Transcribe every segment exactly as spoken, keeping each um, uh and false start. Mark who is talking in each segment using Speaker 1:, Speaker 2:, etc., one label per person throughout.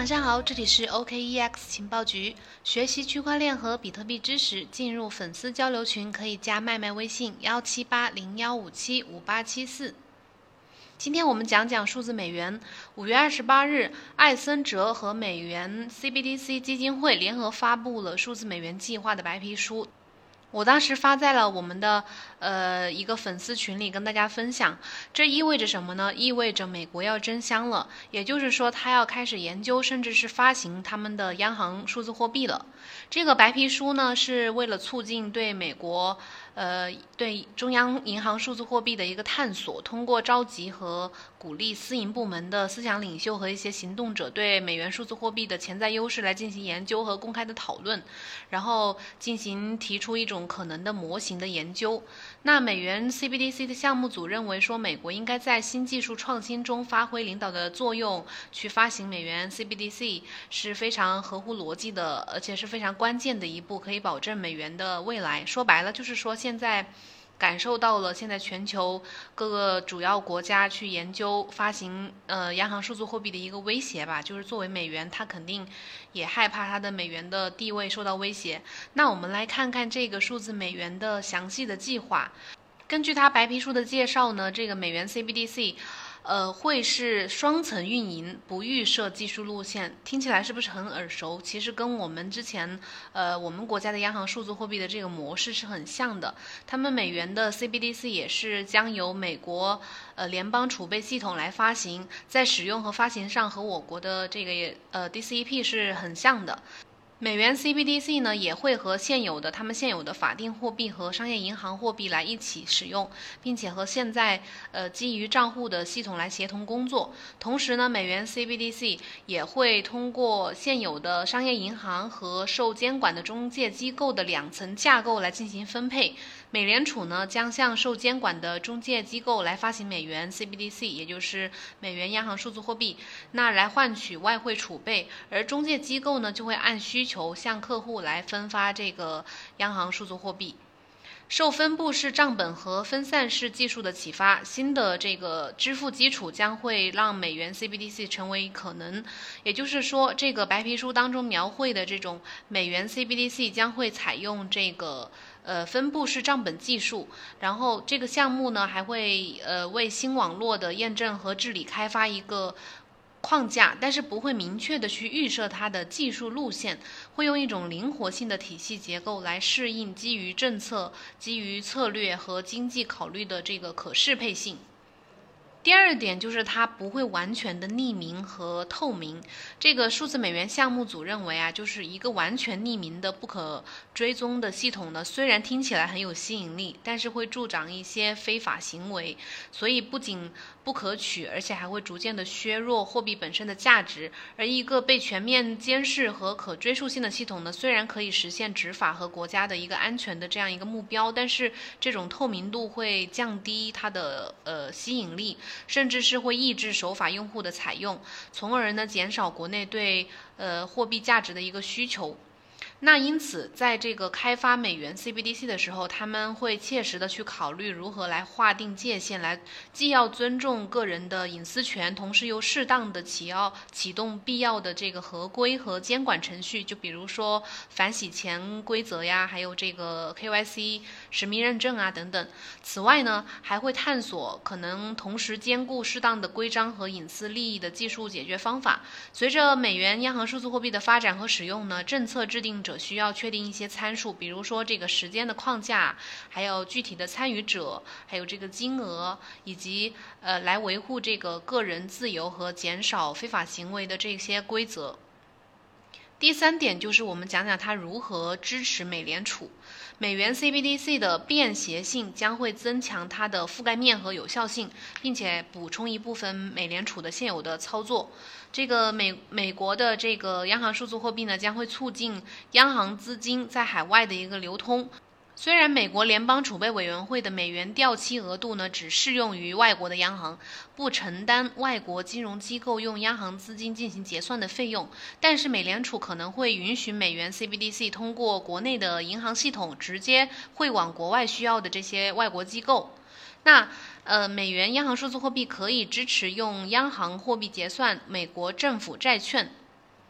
Speaker 1: 晚上好，这里是 O K E X 情报局。学习区块链和比特币知识，进入粉丝交流群可以加麦麦微信幺七八零幺五七五八七四。今天我们讲讲数字美元。五月二十八日，艾森哲和美元 C B D C 基金会联合发布了数字美元计划的白皮书。我当时发在了我们的呃一个粉丝群里跟大家分享，这意味着什么呢？意味着美国要真香了，也就是说他要开始研究甚至是发行他们的央行数字货币了。这个白皮书呢是为了促进对美国呃对中央银行数字货币的一个探索，通过召集和鼓励私营部门的思想领袖和一些行动者对美元数字货币的潜在优势来进行研究和公开的讨论，然后进行提出一种可能的模型的研究。那美元 C B D C 的项目组认为说，美国应该在新技术创新中发挥领导的作用，去发行美元 C B D C 是非常合乎逻辑的，而且是非常关键的一步，可以保证美元的未来。说白了就是说，现在感受到了现在全球各个主要国家去研究发行呃央行数字货币的一个威胁吧，就是作为美元，它肯定也害怕它的美元的地位受到威胁。那我们来看看这个数字美元的详细的计划。根据它白皮书的介绍呢，这个美元 C B D C呃，会是双层运营，不预设技术路线，听起来是不是很耳熟？其实跟我们之前，呃，我们国家的央行数字货币的这个模式是很像的。他们美元的 C B D C 也是将由美国呃联邦储备系统来发行，在使用和发行上和我国的这个呃 D C E P 是很像的。美元 C B D C 呢也会和现有的他们现有的法定货币和商业银行货币来一起使用，并且和现在呃基于账户的系统来协同工作。同时呢，美元 C B D C 也会通过现有的商业银行和受监管的中介机构的两层架构来进行分配。美联储呢将向受监管的中介机构来发行美元 C B D C， 也就是美元央行数字货币，那来换取外汇储备，而中介机构呢就会按需求向客户来分发这个央行数字货币。受分布式账本和分散式技术的启发，新的这个支付基础将会让美元 C B D C 成为可能。也就是说，这个白皮书当中描绘的这种美元 C B D C 将会采用这个呃分布式账本技术，然后这个项目呢还会呃为新网络的验证和治理开发一个框架，但是不会明确的去预设它的技术路线，会用一种灵活性的体系结构来适应基于政策、基于策略和经济考虑的这个可适配性。第二点就是它不会完全的匿名和透明。这个数字美元项目组认为啊，就是一个完全匿名的不可追踪的系统呢，虽然听起来很有吸引力，但是会助长一些非法行为，所以不仅不可取，而且还会逐渐的削弱货币本身的价值。而一个被全面监视和可追溯性的系统呢，虽然可以实现执法和国家的一个安全的这样一个目标，但是这种透明度会降低它的呃吸引力，甚至是会抑制守法用户的采用，从而呢减少国内对呃货币价值的一个需求。那因此，在这个开发美元 C B D C 的时候，他们会切实的去考虑如何来划定界限，来既要尊重个人的隐私权，同时又适当的启要启动必要的这个合规和监管程序，就比如说反洗钱规则呀，还有这个 K Y C 实名认证啊等等。此外呢，还会探索可能同时兼顾适当的规章和隐私利益的技术解决方法。随着美元央行数字货币的发展和使用呢，政策制定者需要确定一些参数，比如说这个时间的框架，还有具体的参与者，还有这个金额，以及呃来维护这个个人自由和减少非法行为的这些规则。第三点就是我们讲讲它如何支持美联储。美元 C B D C 的便携性将会增强它的覆盖面和有效性，并且补充一部分美联储的现有的操作。这个美美国的这个央行数字货币呢，将会促进央行资金在海外的一个流通。虽然美国联邦储备委员会的美元掉期额度呢，只适用于外国的央行，不承担外国金融机构用央行资金进行结算的费用，但是美联储可能会允许美元 C B D C 通过国内的银行系统直接汇往国外需要的这些外国机构。那呃，美元央行数字货币可以支持用央行货币结算美国政府债券。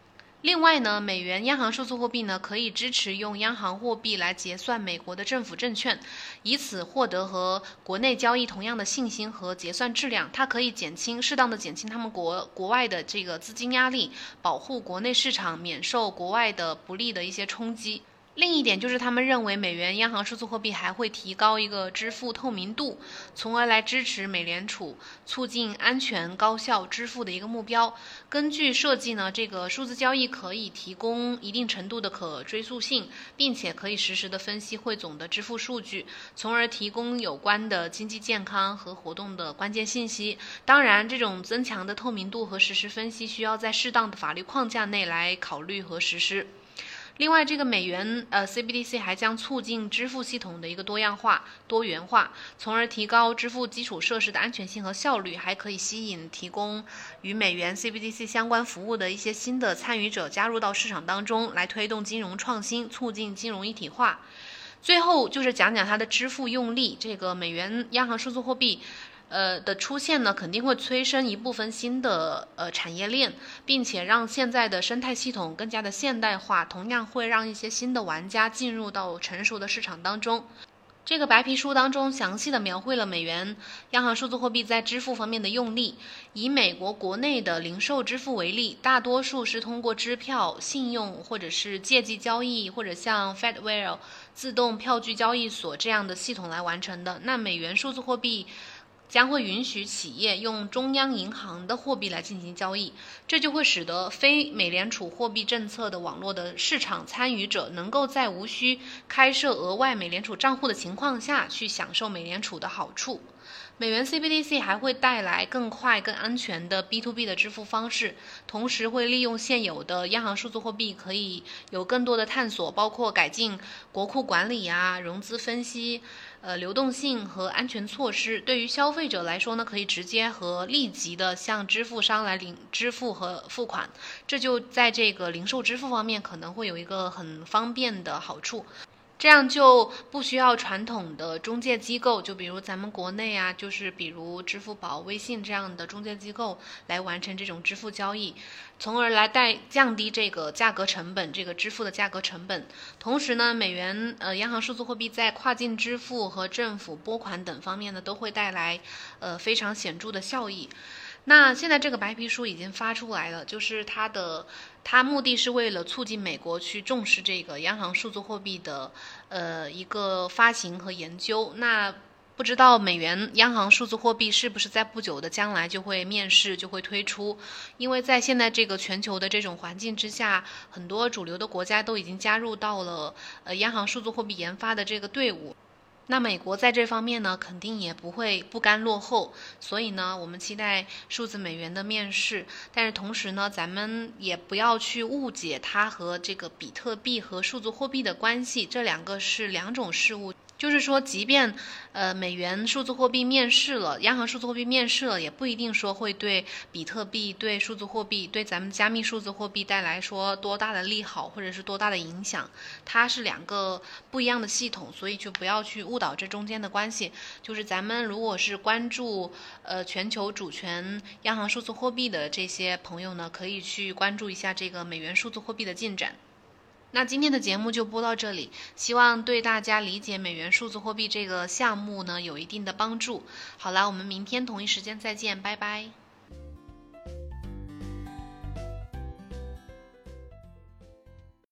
Speaker 1: 另外呢，美元央行数字货币呢可以支持用央行货币来结算美国的政府证券，以此获得和国内交易同样的信心和结算质量。它可以减轻适当的减轻他们国国外的这个资金压力，保护国内市场免受国外的不利的一些冲击。另一点就是他们认为美元央行数字货币还会提高一个支付透明度，从而来支持美联储促进安全高效支付的一个目标。根据设计呢，这个数字交易可以提供一定程度的可追溯性，并且可以实时的分析汇总的支付数据，从而提供有关的经济健康和活动的关键信息。当然，这种增强的透明度和实时分析需要在适当的法律框架内来考虑和实施。另外，这个美元呃 C B D C 还将促进支付系统的一个多样化、多元化，从而提高支付基础设施的安全性和效率，还可以吸引提供与美元 C B D C 相关服务的一些新的参与者加入到市场当中，来推动金融创新，促进金融一体化。最后就是讲讲它的支付用例，这个美元央行数字货币呃的出现呢，肯定会催生一部分新的呃产业链，并且让现在的生态系统更加的现代化，同样会让一些新的玩家进入到成熟的市场当中。这个白皮书当中详细的描绘了美元央行数字货币在支付方面的用例。以美国国内的零售支付为例，大多数是通过支票、信用或者是借记交易，或者像 Fedwire 自动票据交易所这样的系统来完成的。那美元数字货币将会允许企业用中央银行的货币来进行交易，这就会使得非美联储货币政策的网络的市场参与者能够在无需开设额外美联储账户的情况下去享受美联储的好处。美元 C B D C 还会带来更快、更安全的 B to B 的支付方式，同时会利用现有的央行数字货币，可以有更多的探索，包括改进国库管理啊、融资分析、呃流动性和安全措施。对于消费者来说呢，可以直接和立即的向支付商来领支付和付款，这就在这个零售支付方面可能会有一个很方便的好处。这样就不需要传统的中介机构，就比如咱们国内啊，就是比如支付宝、微信这样的中介机构来完成这种支付交易，从而来带降低这个价格成本，这个支付的价格成本。同时呢，美元呃央行数字货币在跨境支付和政府拨款等方面呢，都会带来呃非常显著的效益。那现在这个白皮书已经发出来了，就是它的它目的是为了促进美国去重视这个央行数字货币的呃一个发行和研究。那不知道美元央行数字货币是不是在不久的将来就会面世，就会推出？因为在现在这个全球的这种环境之下，很多主流的国家都已经加入到了呃央行数字货币研发的这个队伍。那美国在这方面呢，肯定也不会不甘落后，所以呢，我们期待数字美元的面世。但是同时呢，咱们也不要去误解它和这个比特币和数字货币的关系，这两个是两种事物。就是说，即便呃美元数字货币面世了，央行数字货币面世了，也不一定说会对比特币、对数字货币、对咱们加密数字货币带来说多大的利好，或者是多大的影响。它是两个不一样的系统，所以就不要去误导这中间的关系。就是咱们如果是关注呃全球主权央行数字货币的这些朋友呢，可以去关注一下这个美元数字货币的进展。那今天的节目就播到这里，希望对大家理解美元数字货币这个项目呢有一定的帮助。好了，我们明天同一时间再见，拜拜。